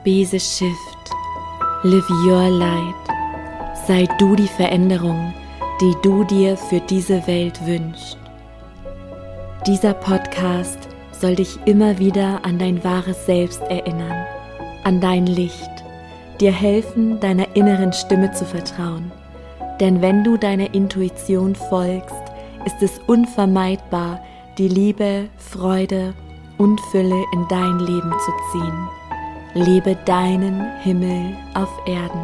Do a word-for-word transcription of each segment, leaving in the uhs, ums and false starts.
Be the shift. Live your light. Sei du die Veränderung, die du dir für diese Welt wünschst. Dieser Podcast soll dich immer wieder an dein wahres Selbst erinnern, an dein Licht, dir helfen, deiner inneren Stimme zu vertrauen. Denn wenn du deiner Intuition folgst, ist es unvermeidbar, die Liebe, Freude und Fülle in dein Leben zu ziehen. Lebe deinen Himmel auf Erden.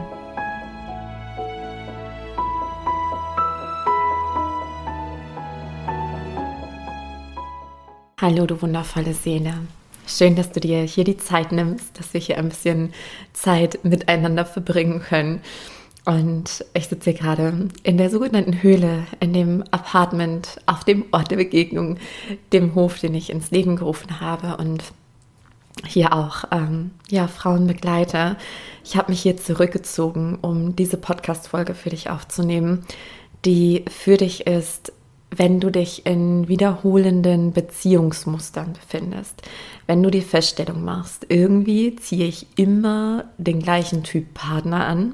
Hallo, du wundervolle Seele. Schön, dass du dir hier die Zeit nimmst, dass wir hier ein bisschen Zeit miteinander verbringen können. Und ich sitze hier gerade in der sogenannten Höhle, in dem Apartment, auf dem Ort der Begegnung, dem Hof, den ich ins Leben gerufen habe und hier auch ähm, ja, Frauen begleite. Ich habe mich hier zurückgezogen, um diese Podcast-Folge für dich aufzunehmen, die für dich ist, wenn du dich in wiederholenden Beziehungsmustern befindest. Wenn du die Feststellung machst, irgendwie ziehe ich immer den gleichen Typ Partner an,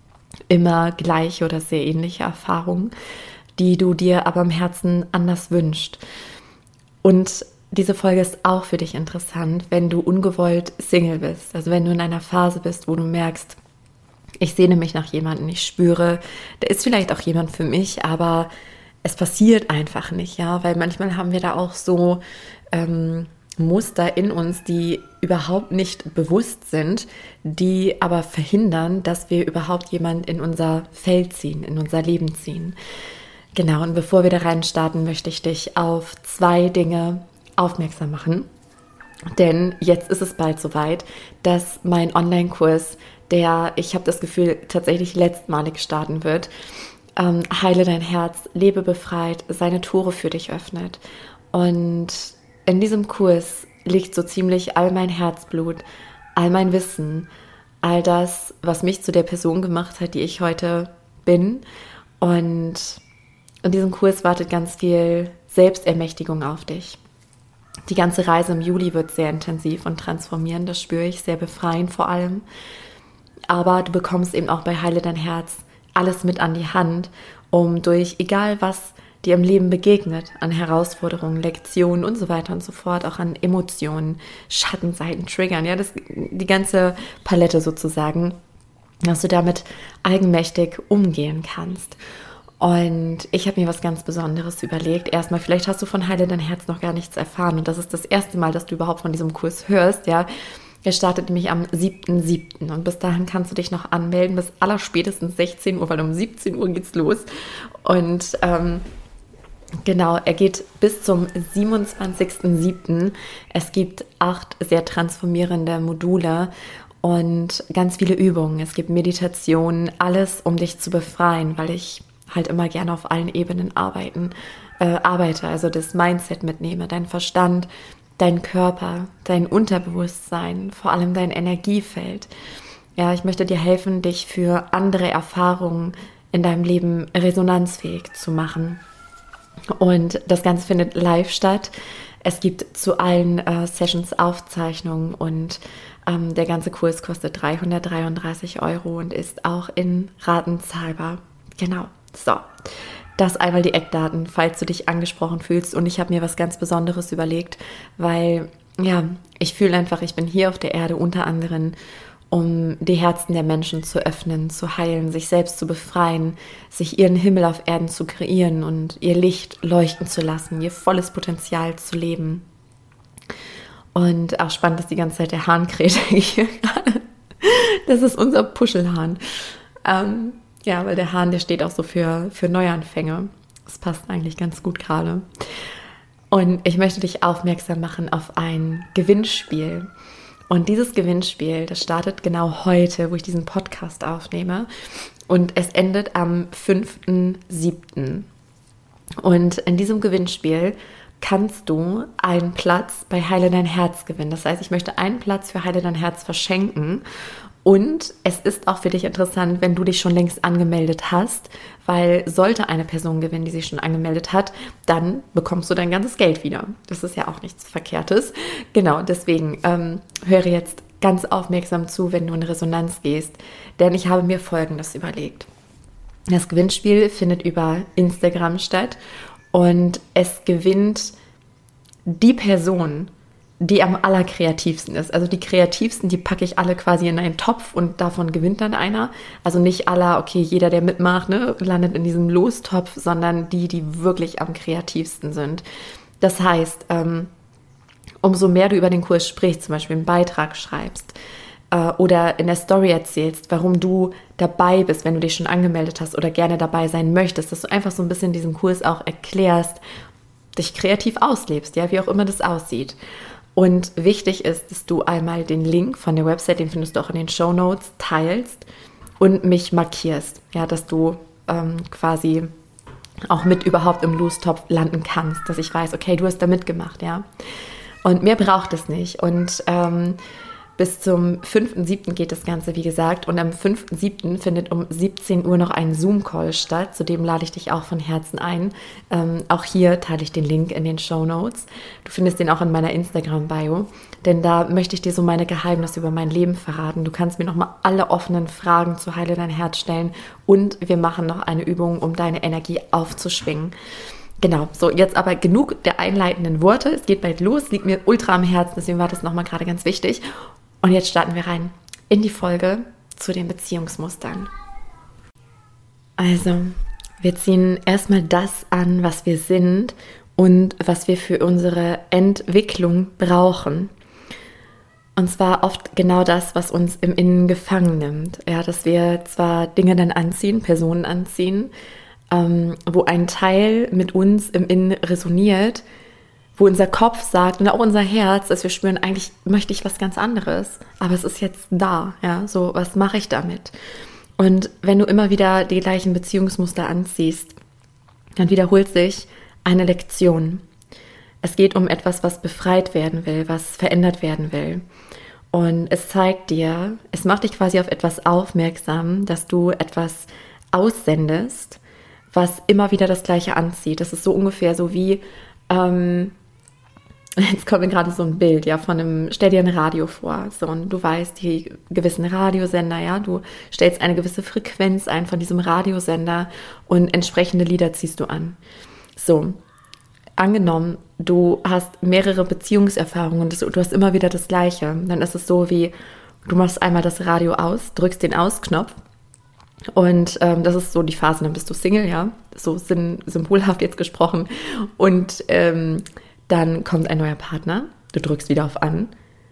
immer gleiche oder sehr ähnliche Erfahrungen, die du dir aber im Herzen anders wünschst. Und diese Folge ist auch für dich interessant, wenn du ungewollt Single bist. Also wenn du in einer Phase bist, wo du merkst, ich sehne mich nach jemandem, ich spüre, da ist vielleicht auch jemand für mich, aber es passiert einfach nicht, ja, weil manchmal haben wir da auch so ähm, Muster in uns, die überhaupt nicht bewusst sind, die aber verhindern, dass wir überhaupt jemand in unser Feld ziehen, in unser Leben ziehen. Genau, und bevor wir da rein starten, möchte ich dich auf zwei Dinge aufmerksam machen, denn jetzt ist es bald soweit, dass mein Online-Kurs, der, ich habe das Gefühl, tatsächlich letztmalig starten wird, ähm, Heile dein Herz, lebe befreit, seine Tore für dich öffnet. Und in diesem Kurs liegt so ziemlich all mein Herzblut, all mein Wissen, all das, was mich zu der Person gemacht hat, die ich heute bin. Und in diesem Kurs wartet ganz viel Selbstermächtigung auf dich. Die ganze Reise im Juli wird sehr intensiv und transformierend, das spüre ich, sehr befreiend vor allem. Aber du bekommst eben auch bei Heile dein Herz alles mit an die Hand, um durch egal was dir im Leben begegnet, an Herausforderungen, Lektionen und so weiter und so fort, auch an Emotionen, Schattenseiten, Triggern, ja, das, die ganze Palette sozusagen, dass du damit eigenmächtig umgehen kannst. Und ich habe mir was ganz Besonderes überlegt. Erstmal, vielleicht hast du von Heile dein Herz noch gar nichts erfahren und das ist das erste Mal, dass du überhaupt von diesem Kurs hörst, ja. Er startet nämlich am siebten siebten und bis dahin kannst du dich noch anmelden, bis allerspätestens sechzehn Uhr, weil um siebzehn Uhr geht's los. Und ähm, genau, er geht bis zum siebenundzwanzigsten siebten Es gibt acht sehr transformierende Module und ganz viele Übungen. Es gibt Meditationen, alles, um dich zu befreien, weil ich halt immer gerne auf allen Ebenen arbeiten, äh, arbeite, also das Mindset mitnehme, dein Verstand, dein Körper, dein Unterbewusstsein, vor allem dein Energiefeld. Ja, ich möchte dir helfen, dich für andere Erfahrungen in deinem Leben resonanzfähig zu machen. Und das Ganze findet live statt. Es gibt zu allen äh, Sessions Aufzeichnungen und ähm, der ganze Kurs kostet dreihundertdreiunddreißig Euro und ist auch in Raten zahlbar. Genau. So, das einmal die Eckdaten, falls du dich angesprochen fühlst. Und ich habe mir was ganz Besonderes überlegt, weil, ja, ich fühle einfach, ich bin hier auf der Erde unter anderem, um die Herzen der Menschen zu öffnen, zu heilen, sich selbst zu befreien, sich ihren Himmel auf Erden zu kreieren und ihr Licht leuchten zu lassen, ihr volles Potenzial zu leben. Und auch spannend, dass die ganze Zeit der Hahn kräht hier gerade. Das ist unser Puschelhahn. Ähm, Ja, weil der Hahn, der steht auch so für, für Neuanfänge. Das passt eigentlich ganz gut gerade. Und ich möchte dich aufmerksam machen auf ein Gewinnspiel. Und dieses Gewinnspiel, das startet genau heute, wo ich diesen Podcast aufnehme. Und es endet am fünften siebten Und in diesem Gewinnspiel kannst du einen Platz bei Heile dein Herz gewinnen. Das heißt, ich möchte einen Platz für Heile dein Herz verschenken. Und es ist auch für dich interessant, wenn du dich schon längst angemeldet hast, weil sollte eine Person gewinnen, die sich schon angemeldet hat, dann bekommst du dein ganzes Geld wieder. Das ist ja auch nichts Verkehrtes. Genau, deswegen ähm, höre jetzt ganz aufmerksam zu, wenn du in Resonanz gehst, denn ich habe mir Folgendes überlegt. Das Gewinnspiel findet über Instagram statt und es gewinnt die Person, die am allerkreativsten ist. Also die kreativsten, die packe ich alle quasi in einen Topf und davon gewinnt dann einer. Also nicht aller, okay, jeder, der mitmacht, ne, landet in diesem Lostopf, sondern die, die wirklich am kreativsten sind. Das heißt, ähm, umso mehr du über den Kurs sprichst, zum Beispiel einen Beitrag schreibst äh, oder in der Story erzählst, warum du dabei bist, wenn du dich schon angemeldet hast oder gerne dabei sein möchtest, dass du einfach so ein bisschen diesen Kurs auch erklärst, dich kreativ auslebst, ja, wie auch immer das aussieht. Und wichtig ist, dass du einmal den Link von der Website, den findest du auch in den Shownotes, teilst und mich markierst, ja, dass du ähm, quasi auch mit überhaupt im Lostopf landen kannst, dass ich weiß, okay, du hast da mitgemacht, ja. Und mehr braucht es nicht. Und ähm, bis zum fünften siebten geht das Ganze, wie gesagt. Und am fünften siebten findet um siebzehn Uhr noch ein Zoom-Call statt. Zudem lade ich dich auch von Herzen ein. Ähm, auch hier teile ich den Link in den Shownotes. Du findest den auch in meiner Instagram-Bio. Denn da möchte ich dir so meine Geheimnisse über mein Leben verraten. Du kannst mir nochmal alle offenen Fragen zu Heile dein Herz stellen. Und wir machen noch eine Übung, um deine Energie aufzuschwingen. Genau, so jetzt aber genug der einleitenden Worte. Es geht bald los, liegt mir ultra am Herzen, deswegen war das nochmal gerade ganz wichtig. Und jetzt starten wir rein in die Folge zu den Beziehungsmustern. Also, wir ziehen erstmal das an, was wir sind und was wir für unsere Entwicklung brauchen. Und zwar oft genau das, was uns im Innen gefangen nimmt. Ja, dass wir zwar Dinge dann anziehen, Personen anziehen, ähm, wo ein Teil mit uns im Innen resoniert, wo unser Kopf sagt und auch unser Herz, dass wir spüren, eigentlich möchte ich was ganz anderes, aber es ist jetzt da, ja, so, was mache ich damit? Und wenn du immer wieder die gleichen Beziehungsmuster anziehst, dann wiederholt sich eine Lektion. Es geht um etwas, was befreit werden will, was verändert werden will. Und es zeigt dir, es macht dich quasi auf etwas aufmerksam, dass du etwas aussendest, was immer wieder das Gleiche anzieht. Das ist so ungefähr so wie, ähm, jetzt kommt mir gerade so ein Bild, ja, von einem, stell dir ein Radio vor, so, und du weißt, die gewissen Radiosender, ja, du stellst eine gewisse Frequenz ein von diesem Radiosender und entsprechende Lieder ziehst du an. So, angenommen, du hast mehrere Beziehungserfahrungen und du hast immer wieder das Gleiche, dann ist es so wie, du machst einmal das Radio aus, drückst den Ausknopf und ähm, das ist so die Phase, dann bist du Single, ja, so symbolhaft jetzt gesprochen und ähm, dann kommt ein neuer Partner, du drückst wieder auf An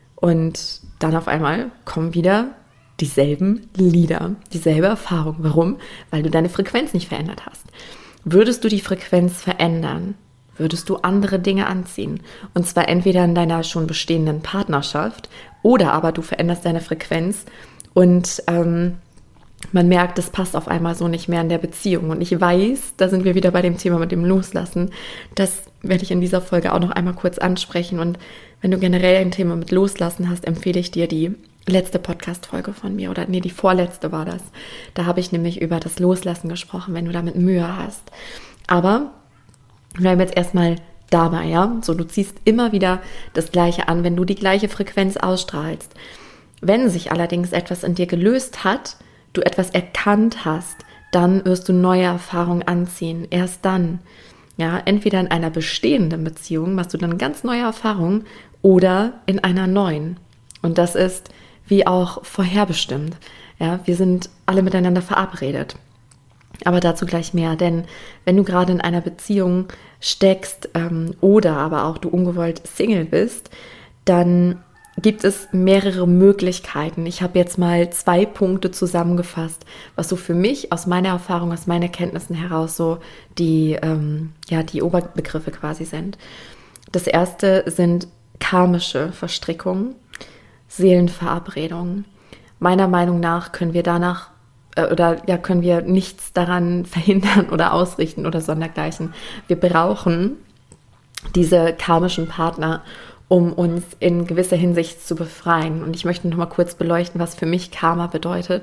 und dann auf einmal kommen wieder dieselben Lieder, dieselbe Erfahrung. Warum? Weil du deine Frequenz nicht verändert hast. Würdest du die Frequenz verändern, würdest du andere Dinge anziehen. Und zwar entweder in deiner schon bestehenden Partnerschaft oder aber du veränderst deine Frequenz und ähm, man merkt, das passt auf einmal so nicht mehr in der Beziehung. Und ich weiß, da sind wir wieder bei dem Thema mit dem Loslassen. Das werde ich in dieser Folge auch noch einmal kurz ansprechen. Und wenn du generell ein Thema mit Loslassen hast, empfehle ich dir die letzte Podcast-Folge von mir. Oder nee, die vorletzte war das. Da habe ich nämlich über das Loslassen gesprochen, wenn du damit Mühe hast. Aber wir bleiben jetzt erstmal dabei, ja. So, du ziehst immer wieder das Gleiche an, wenn du die gleiche Frequenz ausstrahlst. Wenn sich allerdings etwas in dir gelöst hat, du etwas erkannt hast, dann wirst du neue Erfahrungen anziehen. Erst dann, ja, entweder in einer bestehenden Beziehung machst du dann ganz neue Erfahrungen oder in einer neuen. Und das ist wie auch vorherbestimmt. Ja, wir sind alle miteinander verabredet. Aber dazu gleich mehr, denn wenn du gerade in einer Beziehung steckst ähm, oder aber auch du ungewollt Single bist, dann gibt es mehrere Möglichkeiten. Ich habe jetzt mal zwei Punkte zusammengefasst, was so für mich aus meiner Erfahrung, aus meinen Erkenntnissen heraus so die, ähm, ja, die Oberbegriffe quasi sind. Das erste sind karmische Verstrickungen, Seelenverabredungen. Meiner Meinung nach können wir danach äh, oder ja, können wir nichts daran verhindern oder ausrichten oder sondergleichen. Wir brauchen diese karmischen Partner, um uns in gewisser Hinsicht zu befreien. Und ich möchte noch mal kurz beleuchten, was für mich Karma bedeutet.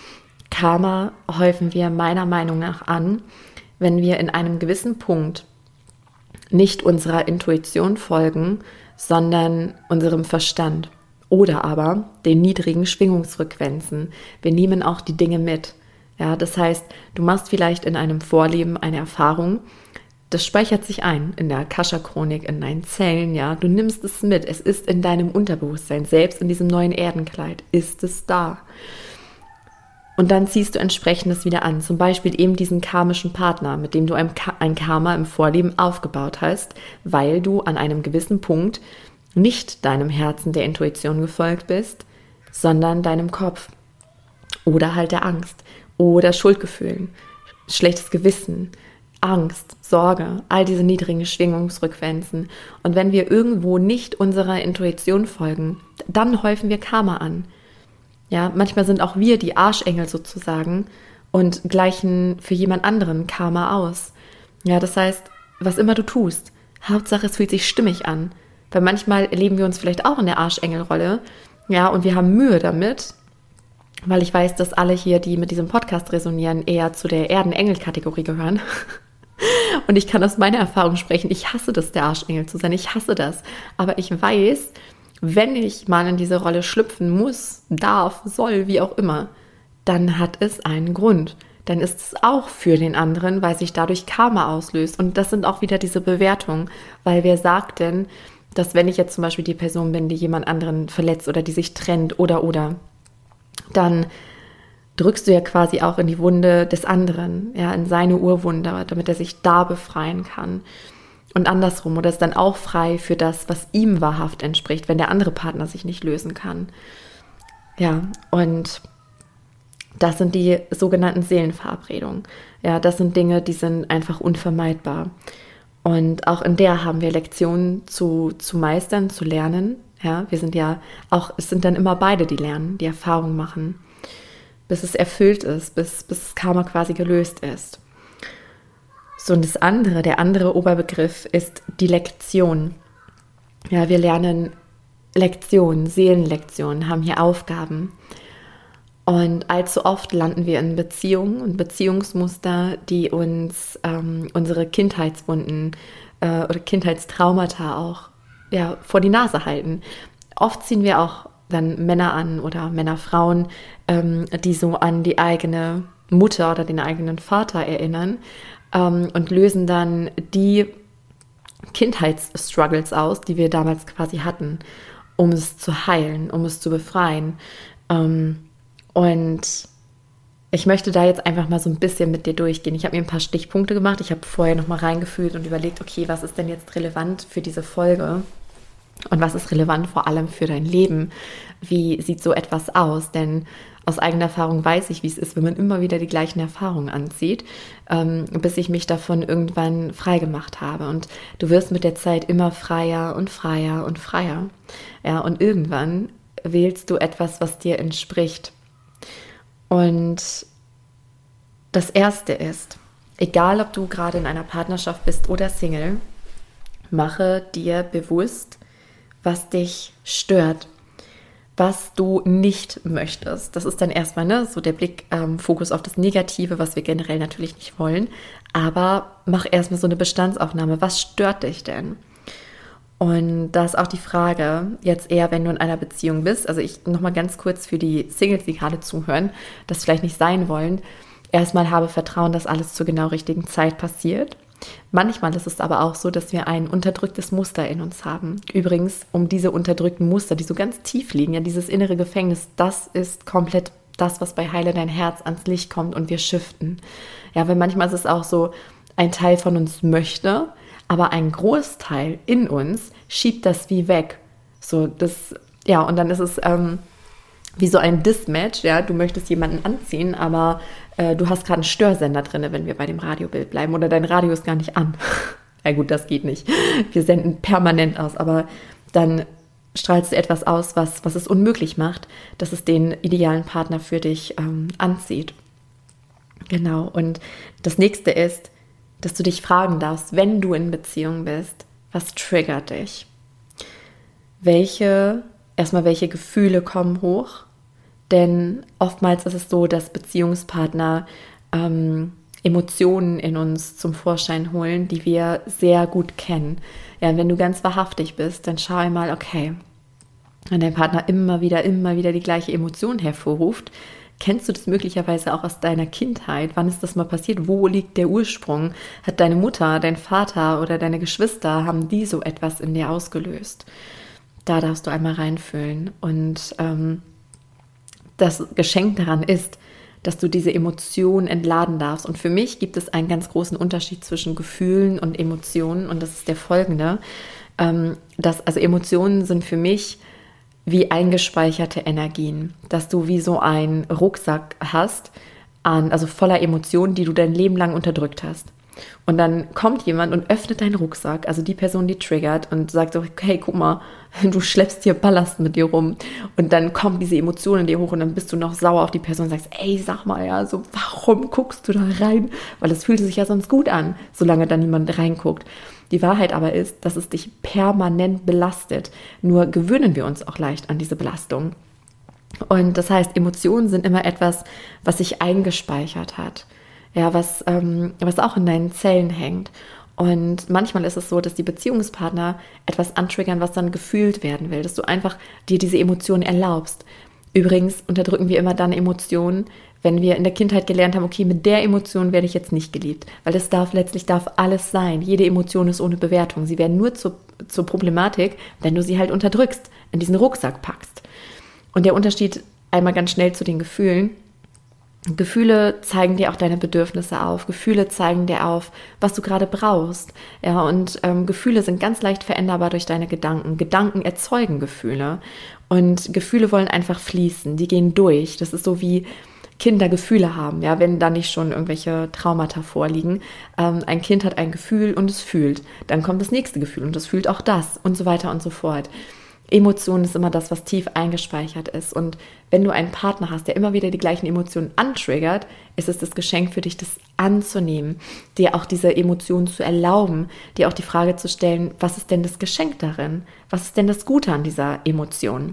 Karma häufen wir meiner Meinung nach an, wenn wir in einem gewissen Punkt nicht unserer Intuition folgen, sondern unserem Verstand Oder aber den niedrigen Schwingungsfrequenzen. Wir nehmen auch die Dinge mit. Ja, das heißt, du machst vielleicht in einem Vorleben eine Erfahrung, das speichert sich ein in der Akasha-Chronik, in deinen Zellen, ja. Du nimmst es mit, es ist in deinem Unterbewusstsein, selbst in diesem neuen Erdenkleid ist es da. Und dann ziehst du entsprechendes wieder an, zum Beispiel eben diesen karmischen Partner, mit dem du ein, ein Karma im Vorleben aufgebaut hast, weil du an einem gewissen Punkt nicht deinem Herzen der Intuition gefolgt bist, sondern deinem Kopf oder halt der Angst oder Schuldgefühlen, schlechtes Gewissen, Angst, Sorge, all diese niedrigen Schwingungsfrequenzen. Und wenn wir irgendwo nicht unserer Intuition folgen, dann häufen wir Karma an. Ja, manchmal sind auch wir die Arschengel sozusagen und gleichen für jemand anderen Karma aus. Ja, das heißt, was immer du tust, Hauptsache es fühlt sich stimmig an. Weil manchmal erleben wir uns vielleicht auch in der Arschengelrolle, ja, und wir haben Mühe damit, weil ich weiß, dass alle hier, die mit diesem Podcast resonieren, eher zu der Erdenengel-Kategorie gehören. Und ich kann aus meiner Erfahrung sprechen, ich hasse das, der Arschengel zu sein, ich hasse das. Aber ich weiß, wenn ich mal in diese Rolle schlüpfen muss, darf, soll, wie auch immer, dann hat es einen Grund. Dann ist es auch für den anderen, weil sich dadurch Karma auslöst. Und das sind auch wieder diese Bewertungen, weil wer sagt denn, dass wenn ich jetzt zum Beispiel die Person bin, die jemand anderen verletzt oder die sich trennt oder oder, dann drückst du ja quasi auch in die Wunde des anderen, ja, in seine Urwunde, damit er sich da befreien kann. Und andersrum, oder ist dann auch frei für das, was ihm wahrhaft entspricht, wenn der andere Partner sich nicht lösen kann. Ja, und das sind die sogenannten Seelenverabredungen. Ja, das sind Dinge, die sind einfach unvermeidbar. Und auch in der haben wir Lektionen zu, zu meistern, zu lernen. Ja, wir sind ja auch, es sind dann immer beide, die lernen, die Erfahrung machen, bis es erfüllt ist, bis, bis das Karma quasi gelöst ist. So, und das andere, der andere Oberbegriff ist die Lektion. Ja, wir lernen Lektionen, Seelenlektionen, haben hier Aufgaben. Und allzu oft landen wir in Beziehungen und Beziehungsmuster, die uns ähm, unsere Kindheitswunden äh, oder Kindheitstraumata auch ja, vor die Nase halten. Oft ziehen wir auch dann Männer an oder Männer, Frauen, ähm, die so an die eigene Mutter oder den eigenen Vater erinnern ähm, und lösen dann die Kindheitsstruggles aus, die wir damals quasi hatten, um es zu heilen, um es zu befreien. Ähm, und ich möchte da jetzt einfach mal so ein bisschen mit dir durchgehen. Ich habe mir ein paar Stichpunkte gemacht. Ich habe vorher noch mal reingefühlt und überlegt, okay, was ist denn jetzt relevant für diese Folge? Und was ist relevant vor allem für dein Leben? Wie sieht so etwas aus? Denn aus eigener Erfahrung weiß ich, wie es ist, wenn man immer wieder die gleichen Erfahrungen anzieht, ähm, bis ich mich davon irgendwann frei gemacht habe. Und du wirst mit der Zeit immer freier und freier und freier. Ja, und irgendwann wählst du etwas, was dir entspricht. Und das Erste ist, egal ob du gerade in einer Partnerschaft bist oder Single, mache dir bewusst, was dich stört, was du nicht möchtest. Das ist dann erstmal ne, so der Blick, ähm, Fokus auf das Negative, was wir generell natürlich nicht wollen. Aber mach erstmal so eine Bestandsaufnahme. Was stört dich denn? Und da ist auch die Frage, jetzt eher, wenn du in einer Beziehung bist, also ich nochmal ganz kurz für die Singles, die gerade zuhören, das vielleicht nicht sein wollen, erstmal habe Vertrauen, dass alles zur genau richtigen Zeit passiert. Manchmal ist es aber auch so, dass wir ein unterdrücktes Muster in uns haben. Übrigens, um diese unterdrückten Muster, die so ganz tief liegen, ja, dieses innere Gefängnis, das ist komplett das, was bei Heile dein Herz ans Licht kommt und wir shiften. Ja, weil manchmal ist es auch so, ein Teil von uns möchte, aber ein Großteil in uns schiebt das wie weg. So, das, ja, und dann ist es ähm, wie so ein Dismatch, ja, du möchtest jemanden anziehen, aber äh, du hast gerade einen Störsender drin, wenn wir bei dem Radiobild bleiben, oder dein Radio ist gar nicht an. Ja gut, das geht nicht. Wir senden permanent aus, aber dann strahlst du etwas aus, was, was es unmöglich macht, dass es den idealen Partner für dich ähm, anzieht. Genau, und das nächste ist, dass du dich fragen darfst, wenn du in Beziehung bist, was triggert dich? Welche, erstmal welche Gefühle kommen hoch? Denn oftmals ist es so, dass Beziehungspartner ähm, Emotionen in uns zum Vorschein holen, die wir sehr gut kennen. Ja, wenn du ganz wahrhaftig bist, dann schau einmal, okay, wenn dein Partner immer wieder, immer wieder die gleiche Emotion hervorruft, kennst du das möglicherweise auch aus deiner Kindheit? Wann ist das mal passiert? Wo liegt der Ursprung? Hat deine Mutter, dein Vater oder deine Geschwister, haben die so etwas in dir ausgelöst? Da darfst du einmal reinfühlen. Und ähm, das Geschenk daran ist, dass du diese Emotionen entladen darfst. Und für mich gibt es einen ganz großen Unterschied zwischen Gefühlen und Emotionen. Und das ist der folgende. Ähm, dass, also Emotionen sind für mich wie eingespeicherte Energien, dass du wie so einen Rucksack hast, an, also voller Emotionen, die du dein Leben lang unterdrückt hast. Und dann kommt jemand und öffnet deinen Rucksack, also die Person, die triggert und sagt so, hey, guck mal, du schleppst hier Ballast mit dir rum. Und dann kommen diese Emotionen in dir hoch und dann bist du noch sauer auf die Person und sagst, ey, sag mal, ja, so, warum guckst du da rein? Weil es fühlt sich ja sonst gut an, solange da niemand reinguckt. Die Wahrheit aber ist, dass es dich permanent belastet. Nur gewöhnen wir uns auch leicht an diese Belastung. Und das heißt, Emotionen sind immer etwas, was sich eingespeichert hat. Ja, was, ähm, was auch in deinen Zellen hängt. Und manchmal ist es so, dass die Beziehungspartner etwas antriggern, was dann gefühlt werden will, dass du einfach dir diese Emotionen erlaubst. Übrigens unterdrücken wir immer dann Emotionen, wenn wir in der Kindheit gelernt haben, okay, mit der Emotion werde ich jetzt nicht geliebt, weil das darf letztlich darf alles sein. Jede Emotion ist ohne Bewertung. Sie werden nur zur, zur Problematik, wenn du sie halt unterdrückst, in diesen Rucksack packst. Und der Unterschied einmal ganz schnell zu den Gefühlen. Gefühle zeigen dir auch deine Bedürfnisse auf. Gefühle zeigen dir auf, was du gerade brauchst. Ja, und ähm, Gefühle sind ganz leicht veränderbar durch deine Gedanken. Gedanken erzeugen Gefühle. Und Gefühle wollen einfach fließen. Die gehen durch. Das ist so wie Kinder Gefühle haben, ja, wenn da nicht schon irgendwelche Traumata vorliegen. Ähm, ein Kind hat ein Gefühl und es fühlt. Dann kommt das nächste Gefühl und es fühlt auch das und so weiter und so fort. Emotionen ist immer das, was tief eingespeichert ist. Und wenn du einen Partner hast, der immer wieder die gleichen Emotionen antriggert, ist es das Geschenk für dich, das anzunehmen, dir auch diese Emotionen zu erlauben, dir auch die Frage zu stellen, was ist denn das Geschenk darin? Was ist denn das Gute an dieser Emotion?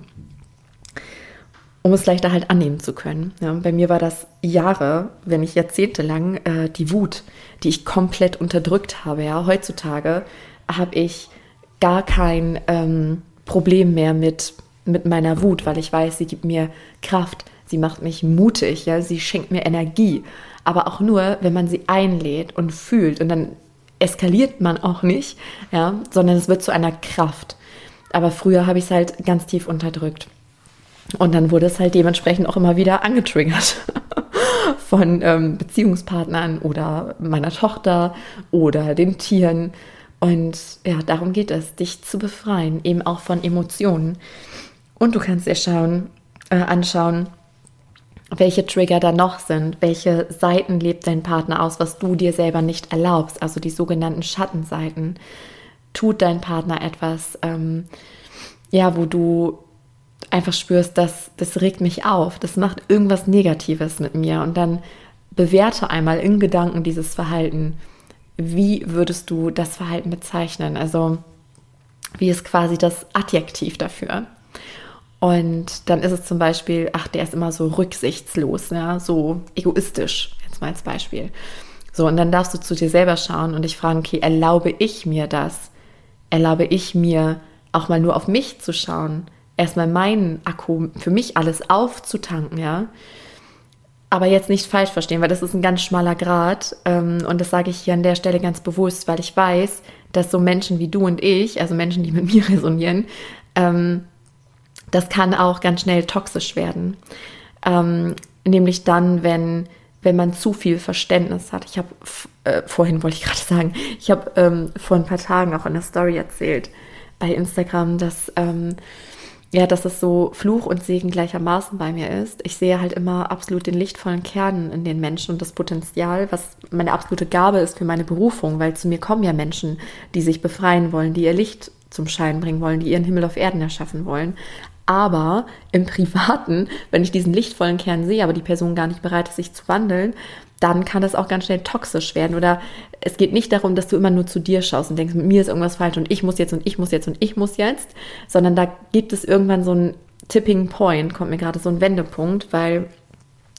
Um es leichter halt annehmen zu können. Ja, bei mir war das Jahre, wenn nicht jahrzehntelang, äh, die Wut, die ich komplett unterdrückt habe. Ja, heutzutage habe ich gar kein ähm, Problem mehr mit, mit meiner Wut, weil ich weiß, sie gibt mir Kraft, sie macht mich mutig, ja, sie schenkt mir Energie. Aber auch nur, wenn man sie einlädt und fühlt. Und dann eskaliert man auch nicht, ja, sondern es wird zu einer Kraft. Aber früher habe ich es halt ganz tief unterdrückt. Und dann wurde es halt dementsprechend auch immer wieder angetriggert von ähm, Beziehungspartnern oder meiner Tochter oder den Tieren. Und ja, darum geht es, dich zu befreien, eben auch von Emotionen. Und du kannst dir schauen, äh, anschauen, welche Trigger da noch sind, welche Seiten lebt dein Partner aus, was du dir selber nicht erlaubst, also die sogenannten Schattenseiten. Tut dein Partner etwas, ähm, ja, wo du einfach spürst, dass das regt mich auf, das macht irgendwas Negatives mit mir, und dann bewerte einmal in Gedanken dieses Verhalten. Wie würdest du das Verhalten bezeichnen? Also wie ist quasi das Adjektiv dafür? Und dann ist es zum Beispiel, ach, der ist immer so rücksichtslos, ja, so egoistisch, jetzt mal als Beispiel. So, und dann darfst du zu dir selber schauen und dich fragen, okay, erlaube ich mir das? Erlaube ich mir auch mal nur auf mich zu schauen? Erstmal meinen Akku für mich alles aufzutanken, ja. Aber jetzt nicht falsch verstehen, weil das ist ein ganz schmaler Grat, ähm, und das sage ich hier an der Stelle ganz bewusst, weil ich weiß, dass so Menschen wie du und ich, also Menschen, die mit mir resonieren, ähm, das kann auch ganz schnell toxisch werden. Ähm, nämlich dann, wenn, wenn man zu viel Verständnis hat. Ich habe, äh, vorhin wollte ich gerade sagen, ich habe ähm, vor ein paar Tagen auch in der Story erzählt bei Instagram, dass ähm, ja, dass es so Fluch und Segen gleichermaßen bei mir ist. Ich sehe halt immer absolut den lichtvollen Kern in den Menschen und das Potenzial, was meine absolute Gabe ist für meine Berufung, weil zu mir kommen ja Menschen, die sich befreien wollen, die ihr Licht zum Schein bringen wollen, die ihren Himmel auf Erden erschaffen wollen. Aber im Privaten, wenn ich diesen lichtvollen Kern sehe, aber die Person gar nicht bereit ist, sich zu wandeln, dann kann das auch ganz schnell toxisch werden. Oder es geht nicht darum, dass du immer nur zu dir schaust und denkst, mit mir ist irgendwas falsch und ich muss jetzt und ich muss jetzt und ich muss jetzt, sondern da gibt es irgendwann so einen Tipping Point, kommt mir gerade so ein Wendepunkt, weil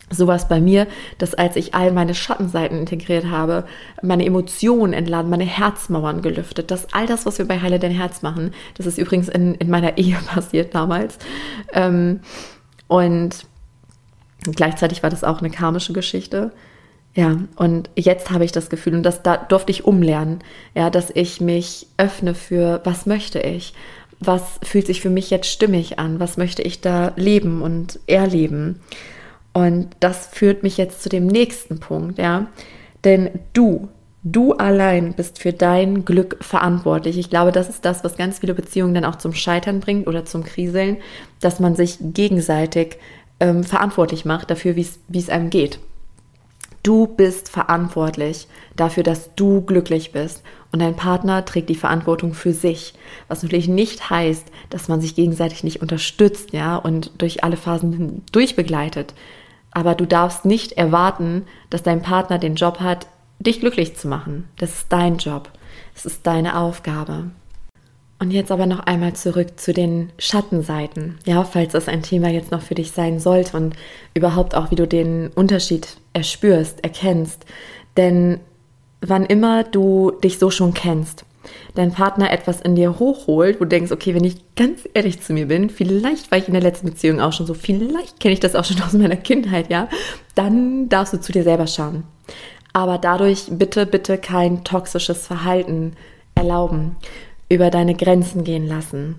So war es bei mir, dass als ich all meine Schattenseiten integriert habe, meine Emotionen entladen, meine Herzmauern gelüftet, dass all das, was wir bei Heile dein Herz machen, das ist übrigens in, in meiner Ehe passiert damals. Ähm, und gleichzeitig war das auch eine karmische Geschichte. Ja, und jetzt habe ich das Gefühl, und das da durfte ich umlernen, ja, dass ich mich öffne für, was möchte ich? Was fühlt sich für mich jetzt stimmig an? Was möchte ich da leben und erleben? Und das führt mich jetzt zu dem nächsten Punkt, ja. Denn du, du allein bist für dein Glück verantwortlich. Ich glaube, das ist das, was ganz viele Beziehungen dann auch zum Scheitern bringt oder zum Kriseln, dass man sich gegenseitig ähm, verantwortlich macht dafür, wie es einem geht. Du bist verantwortlich dafür, dass du glücklich bist. Und dein Partner trägt die Verantwortung für sich. Was natürlich nicht heißt, dass man sich gegenseitig nicht unterstützt, ja, und durch alle Phasen durchbegleitet. Aber du darfst nicht erwarten, dass dein Partner den Job hat, dich glücklich zu machen. Das ist dein Job. Das ist deine Aufgabe. Und jetzt aber noch einmal zurück zu den Schattenseiten. Ja, falls das ein Thema jetzt noch für dich sein sollte und überhaupt auch, wie du den Unterschied erspürst, erkennst. Denn wann immer du dich so schon kennst, dein Partner etwas in dir hochholt, wo du denkst, okay, wenn ich ganz ehrlich zu mir bin, vielleicht war ich in der letzten Beziehung auch schon so, vielleicht kenne ich das auch schon aus meiner Kindheit, ja, dann darfst du zu dir selber schauen. Aber dadurch bitte, bitte kein toxisches Verhalten erlauben, über deine Grenzen gehen lassen.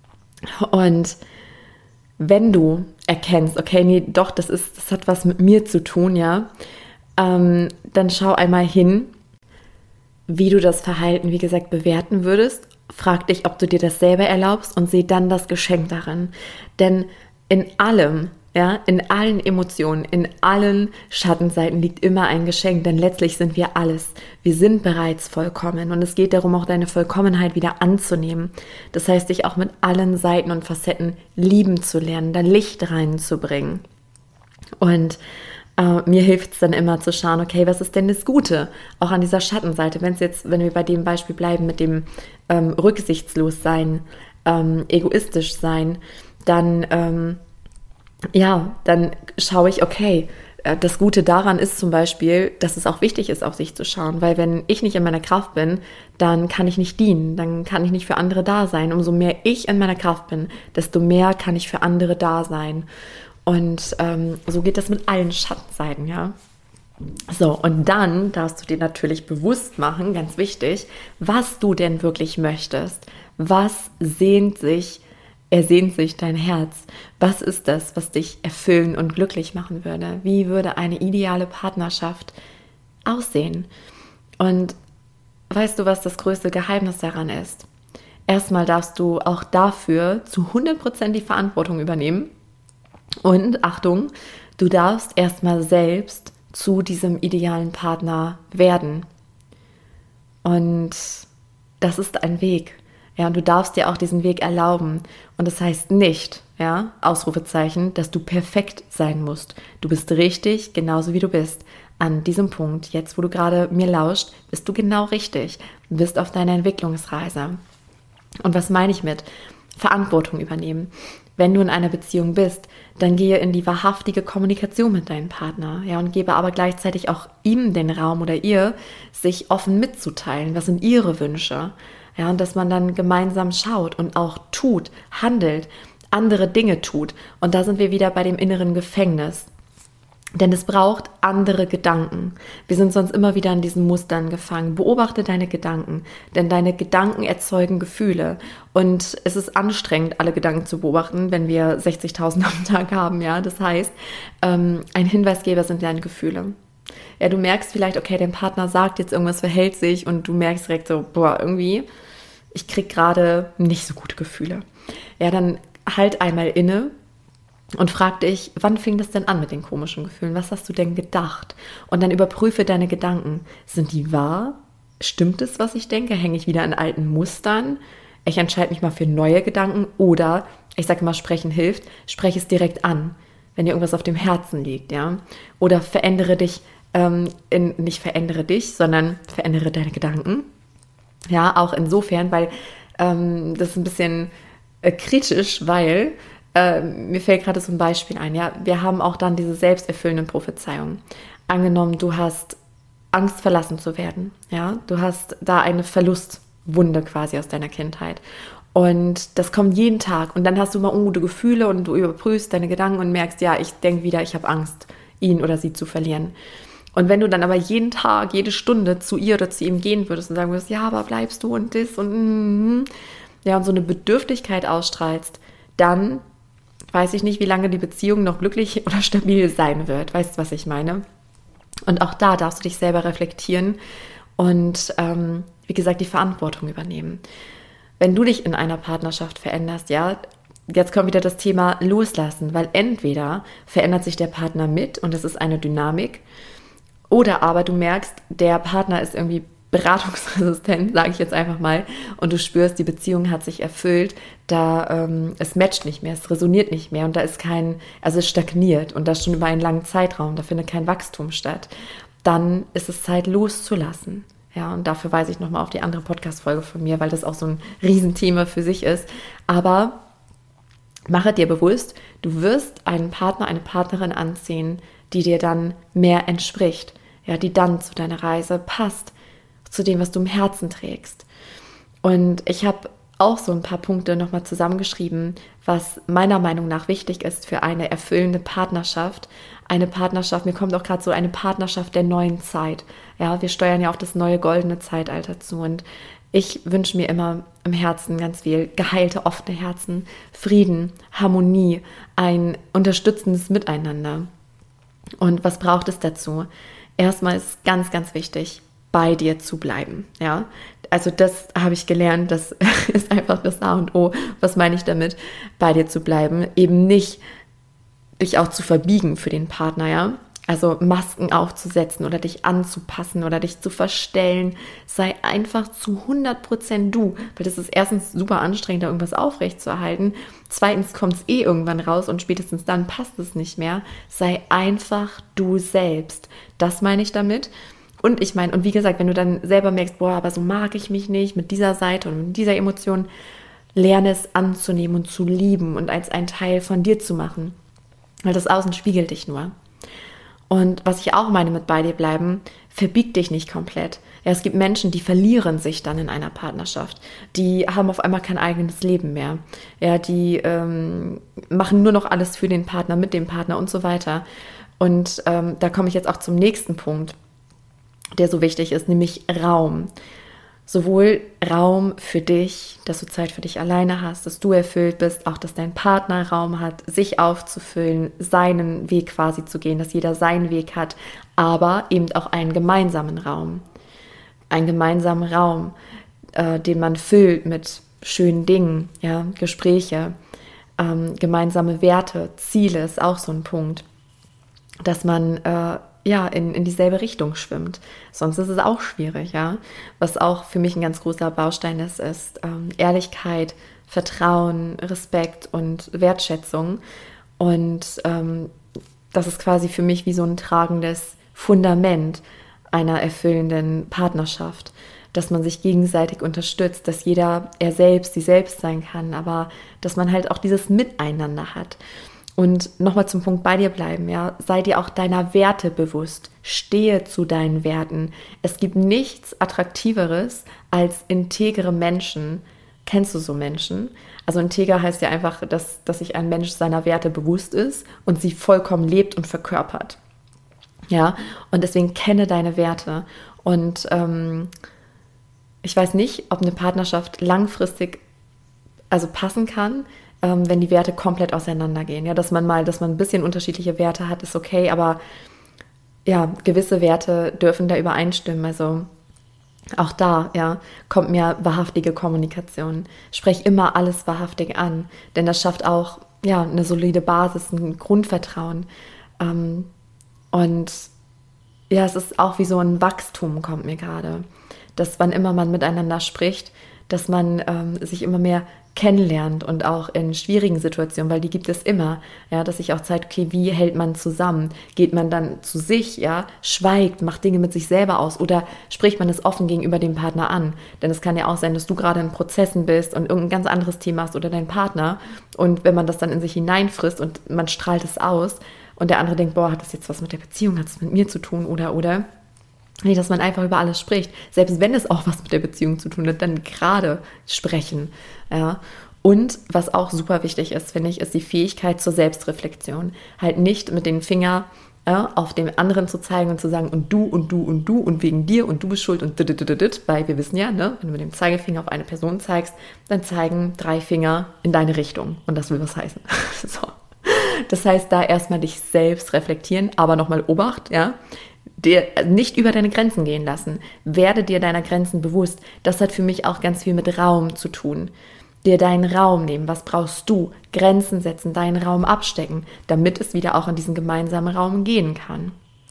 Und wenn du erkennst, okay, nee, doch, das ist, das hat was mit mir zu tun, ja, ähm, dann schau einmal hin, wie du das Verhalten, wie gesagt, bewerten würdest. Frag dich, ob du dir das selber erlaubst und seh dann das Geschenk darin. Denn in allem, ja, in allen Emotionen, in allen Schattenseiten liegt immer ein Geschenk, denn letztlich sind wir alles. Wir sind bereits vollkommen und es geht darum, auch deine Vollkommenheit wieder anzunehmen. Das heißt, dich auch mit allen Seiten und Facetten lieben zu lernen, da Licht reinzubringen. Und Uh, mir hilft es dann immer zu schauen, okay, was ist denn das Gute, auch an dieser Schattenseite, wenn es jetzt, wenn wir bei dem Beispiel bleiben mit dem ähm, Rücksichtslos-Sein, ähm, egoistisch sein, dann, ähm, ja, dann schaue ich, okay, äh, das Gute daran ist zum Beispiel, dass es auch wichtig ist, auf sich zu schauen, weil wenn ich nicht in meiner Kraft bin, dann kann ich nicht dienen, dann kann ich nicht für andere da sein. Umso mehr ich in meiner Kraft bin, desto mehr kann ich für andere da sein. Und ähm, so geht das mit allen Schattenseiten, ja. So, und dann darfst du dir natürlich bewusst machen, ganz wichtig, was du denn wirklich möchtest. Was sehnt sich, ersehnt sich dein Herz? Was ist das, was dich erfüllen und glücklich machen würde? Wie würde eine ideale Partnerschaft aussehen? Und weißt du, was das größte Geheimnis daran ist? Erstmal darfst du auch dafür zu hundert Prozent die Verantwortung übernehmen. Und Achtung, du darfst erstmal selbst zu diesem idealen Partner werden. Und das ist ein Weg. Ja, und du darfst dir auch diesen Weg erlauben. Und das heißt nicht, ja, Ausrufezeichen, dass du perfekt sein musst. Du bist richtig, genauso wie du bist. An diesem Punkt, jetzt wo du gerade mir lauscht, bist du genau richtig. Du bist auf deiner Entwicklungsreise. Und was meine ich mit Verantwortung übernehmen? Wenn du in einer Beziehung bist, dann gehe in die wahrhaftige Kommunikation mit deinem Partner, ja, und gebe aber gleichzeitig auch ihm den Raum oder ihr, sich offen mitzuteilen. Was sind ihre Wünsche? Ja, und dass man dann gemeinsam schaut und auch tut, handelt, andere Dinge tut. Und da sind wir wieder bei dem inneren Gefängnis. Denn es braucht andere Gedanken. Wir sind sonst immer wieder in diesen Mustern gefangen. Beobachte deine Gedanken, denn deine Gedanken erzeugen Gefühle. Und es ist anstrengend, alle Gedanken zu beobachten, wenn wir sechzigtausend am Tag haben. Ja, das heißt, ähm, ein Hinweisgeber sind deine Gefühle. Ja, du merkst vielleicht, okay, dein Partner sagt jetzt irgendwas, verhält sich und du merkst direkt so, boah, irgendwie, ich krieg gerade nicht so gute Gefühle. Ja, dann halt einmal inne. Und frag dich, wann fing das denn an mit den komischen Gefühlen? Was hast du denn gedacht? Und dann überprüfe deine Gedanken. Sind die wahr? Stimmt es, was ich denke? Hänge ich wieder an alten Mustern? Ich entscheide mich mal für neue Gedanken. Oder, ich sage immer, sprechen hilft, spreche es direkt an, wenn dir irgendwas auf dem Herzen liegt. Ja? Oder verändere dich, ähm, in, nicht verändere dich, sondern verändere deine Gedanken. Ja, auch insofern, weil ähm, das ist ein bisschen äh, kritisch, weil äh, mir fällt gerade so ein Beispiel ein, ja, wir haben auch dann diese selbsterfüllenden Prophezeiungen. Angenommen, du hast Angst, verlassen zu werden, ja, du hast da eine Verlustwunde quasi aus deiner Kindheit und das kommt jeden Tag und dann hast du mal ungute Gefühle und du überprüfst deine Gedanken und merkst, ja, ich denke wieder, ich habe Angst, ihn oder sie zu verlieren. Und wenn du dann aber jeden Tag, jede Stunde zu ihr oder zu ihm gehen würdest und sagen würdest, ja, aber bleibst du und das und mm, ja, und so eine Bedürftigkeit ausstrahlst, dann weiß ich nicht, wie lange die Beziehung noch glücklich oder stabil sein wird. Weißt du, was ich meine? Und auch da darfst du dich selber reflektieren und, ähm, wie gesagt, die Verantwortung übernehmen. Wenn du dich in einer Partnerschaft veränderst, ja, jetzt kommt wieder das Thema Loslassen, weil entweder verändert sich der Partner mit und es ist eine Dynamik, oder aber du merkst, der Partner ist irgendwie beratungsresistent, sage ich jetzt einfach mal, und du spürst, die Beziehung hat sich erfüllt, da ähm, es matcht nicht mehr, es resoniert nicht mehr und da ist kein, also es stagniert und das schon über einen langen Zeitraum, da findet kein Wachstum statt. Dann ist es Zeit loszulassen. Ja, und dafür weise ich nochmal auf die andere Podcast-Folge von mir, weil das auch so ein Riesenthema für sich ist. Aber mache dir bewusst, du wirst einen Partner, eine Partnerin anziehen, die dir dann mehr entspricht, ja, die dann zu deiner Reise passt, zu dem, was du im Herzen trägst. Und ich habe auch so ein paar Punkte nochmal zusammengeschrieben, was meiner Meinung nach wichtig ist für eine erfüllende Partnerschaft. Eine Partnerschaft, mir kommt auch gerade so eine Partnerschaft der neuen Zeit. Ja, wir steuern ja auf das neue goldene Zeitalter zu und ich wünsche mir immer im Herzen ganz viel geheilte, offene Herzen, Frieden, Harmonie, ein unterstützendes Miteinander. Und was braucht es dazu? Erstmal ist ganz, ganz wichtig, bei dir zu bleiben. Ja, also das habe ich gelernt, das ist einfach das A und O. Was meine ich damit? Bei dir zu bleiben, eben nicht dich auch zu verbiegen für den Partner, ja. Also Masken aufzusetzen oder dich anzupassen oder dich zu verstellen. Sei einfach zu hundert Prozent du, weil das ist erstens super anstrengend, da irgendwas aufrechtzuerhalten. Zweitens kommt es eh irgendwann raus und spätestens dann passt es nicht mehr. Sei einfach du selbst. Das meine ich damit. Und ich meine, und wie gesagt, wenn du dann selber merkst, boah, aber so mag ich mich nicht mit dieser Seite und mit dieser Emotion, lerne es anzunehmen und zu lieben und als ein Teil von dir zu machen. Weil das Außen spiegelt dich nur. Und was ich auch meine mit bei dir bleiben, verbieg dich nicht komplett. Ja, es gibt Menschen, die verlieren sich dann in einer Partnerschaft. Die haben auf einmal kein eigenes Leben mehr. Ja, die ähm, machen nur noch alles für den Partner, mit dem Partner und so weiter. Und ähm, da komme ich jetzt auch zum nächsten Punkt, der so wichtig ist, nämlich Raum. Sowohl Raum für dich, dass du Zeit für dich alleine hast, dass du erfüllt bist, auch dass dein Partner Raum hat, sich aufzufüllen, seinen Weg quasi zu gehen, dass jeder seinen Weg hat, aber eben auch einen gemeinsamen Raum. Einen gemeinsamen Raum, äh, den man füllt mit schönen Dingen, ja, Gespräche, ähm, gemeinsame Werte, Ziele ist auch so ein Punkt, dass man äh, ja, in, in dieselbe Richtung schwimmt. Sonst ist es auch schwierig, ja. Was auch für mich ein ganz großer Baustein ist, ist ähm, Ehrlichkeit, Vertrauen, Respekt und Wertschätzung. Und ähm, das ist quasi für mich wie so ein tragendes Fundament einer erfüllenden Partnerschaft, dass man sich gegenseitig unterstützt, dass jeder er selbst, sie selbst sein kann, aber dass man halt auch dieses Miteinander hat. Und nochmal zum Punkt bei dir bleiben, ja, sei dir auch deiner Werte bewusst, stehe zu deinen Werten. Es gibt nichts Attraktiveres als integere Menschen. Kennst du so Menschen? Also integer heißt ja einfach, dass, dass sich ein Mensch seiner Werte bewusst ist und sie vollkommen lebt und verkörpert. Ja, und deswegen kenne deine Werte. Und ähm, ich weiß nicht, ob eine Partnerschaft langfristig also passen kann, wenn die Werte komplett auseinandergehen. Ja, dass man mal, dass man ein bisschen unterschiedliche Werte hat, ist okay, aber ja, gewisse Werte dürfen da übereinstimmen. Also auch da, ja, kommt mir wahrhaftige Kommunikation. Sprech immer alles wahrhaftig an, denn das schafft auch, ja, eine solide Basis, ein Grundvertrauen. Ähm, und ja, es ist auch wie so ein Wachstum, kommt mir gerade, dass wann immer man miteinander spricht, dass man ähm, sich immer mehr kennenlernt und auch in schwierigen Situationen, weil die gibt es immer, ja, dass sich auch zeigt, okay, wie hält man zusammen? Geht man dann zu sich, ja, schweigt, macht Dinge mit sich selber aus oder spricht man es offen gegenüber dem Partner an? Denn es kann ja auch sein, dass du gerade in Prozessen bist und irgendein ganz anderes Thema hast oder dein Partner und wenn man das dann in sich hineinfrisst und man strahlt es aus und der andere denkt, boah, hat das jetzt was mit der Beziehung, hat es mit mir zu tun oder, oder? Nee, dass man einfach über alles spricht. Selbst wenn es auch was mit der Beziehung zu tun hat, dann gerade sprechen. Ja. Und was auch super wichtig ist, finde ich, ist die Fähigkeit zur Selbstreflexion. Halt nicht mit dem Finger ja, auf den anderen zu zeigen und zu sagen, und du und du und du und wegen dir und du bist schuld und dit, weil wir wissen ja, ne, wenn du mit dem Zeigefinger auf eine Person zeigst, dann zeigen drei Finger in deine Richtung. Und das will was heißen. So. Das heißt, da erstmal dich selbst reflektieren, aber nochmal Obacht, ja, dir nicht über deine Grenzen gehen lassen. Werde dir deiner Grenzen bewusst. Das hat für mich auch ganz viel mit Raum zu tun. Dir deinen Raum nehmen. Was brauchst du? Grenzen setzen, deinen Raum abstecken, damit es wieder auch in diesen gemeinsamen Raum gehen kann.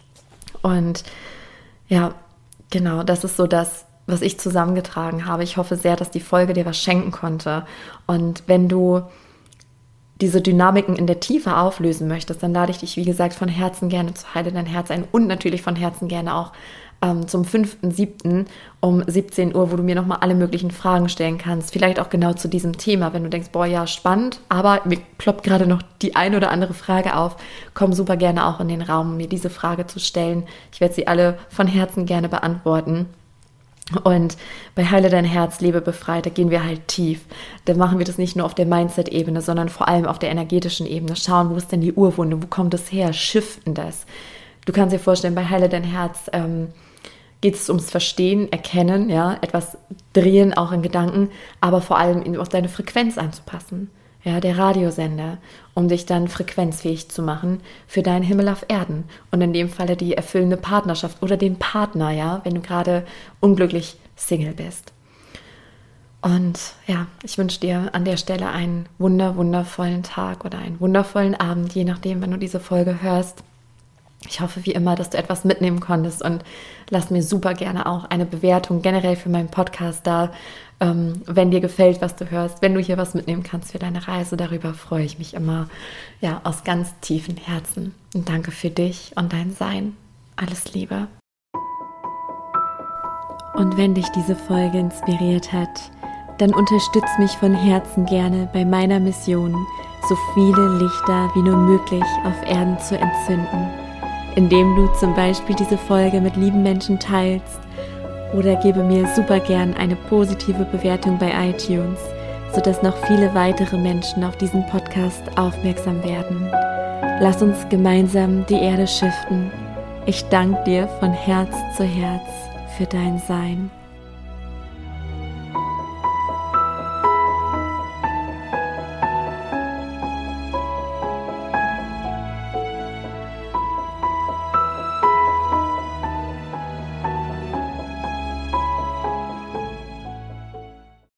Und ja, genau, das ist so das, was ich zusammengetragen habe. Ich hoffe sehr, dass die Folge dir was schenken konnte. Und wenn du diese Dynamiken in der Tiefe auflösen möchtest, dann lade ich dich, wie gesagt, von Herzen gerne zu Heile dein Herz ein und natürlich von Herzen gerne auch ähm, zum fünften siebten um siebzehn Uhr, wo du mir nochmal alle möglichen Fragen stellen kannst, vielleicht auch genau zu diesem Thema, wenn du denkst, boah, ja, spannend, aber mir ploppt gerade noch die ein oder andere Frage auf, komm super gerne auch in den Raum, um mir diese Frage zu stellen. Ich werde sie alle von Herzen gerne beantworten. Und bei Heile dein Herz, lebe befreit, da gehen wir halt tief. Da machen wir das nicht nur auf der Mindset-Ebene, sondern vor allem auf der energetischen Ebene. Schauen, wo ist denn die Urwunde, wo kommt es her, shiften das. Du kannst dir vorstellen, bei Heile dein Herz ähm, geht es ums Verstehen, Erkennen, ja, etwas drehen, auch in Gedanken, aber vor allem auf deine Frequenz anzupassen. Ja, der Radiosender, um dich dann frequenzfähig zu machen für deinen Himmel auf Erden. Und in dem Falle die erfüllende Partnerschaft oder den Partner, ja, wenn du gerade unglücklich Single bist. Und ja, ich wünsche dir an der Stelle einen wunder, wundervollen Tag oder einen wundervollen Abend, je nachdem, wenn du diese Folge hörst. Ich hoffe wie immer, dass du etwas mitnehmen konntest und lass mir super gerne auch eine Bewertung generell für meinen Podcast da, ähm, wenn dir gefällt, was du hörst, wenn du hier was mitnehmen kannst für deine Reise. Darüber freue ich mich immer, ja, aus ganz tiefem Herzen. Und danke für dich und dein Sein. Alles Liebe. Und wenn dich diese Folge inspiriert hat, dann unterstütz mich von Herzen gerne bei meiner Mission, so viele Lichter wie nur möglich auf Erden zu entzünden, indem du zum Beispiel diese Folge mit lieben Menschen teilst oder gebe mir super gern eine positive Bewertung bei iTunes, sodass noch viele weitere Menschen auf diesen Podcast aufmerksam werden. Lass uns gemeinsam die Erde shiften. Ich danke dir von Herz zu Herz für dein Sein.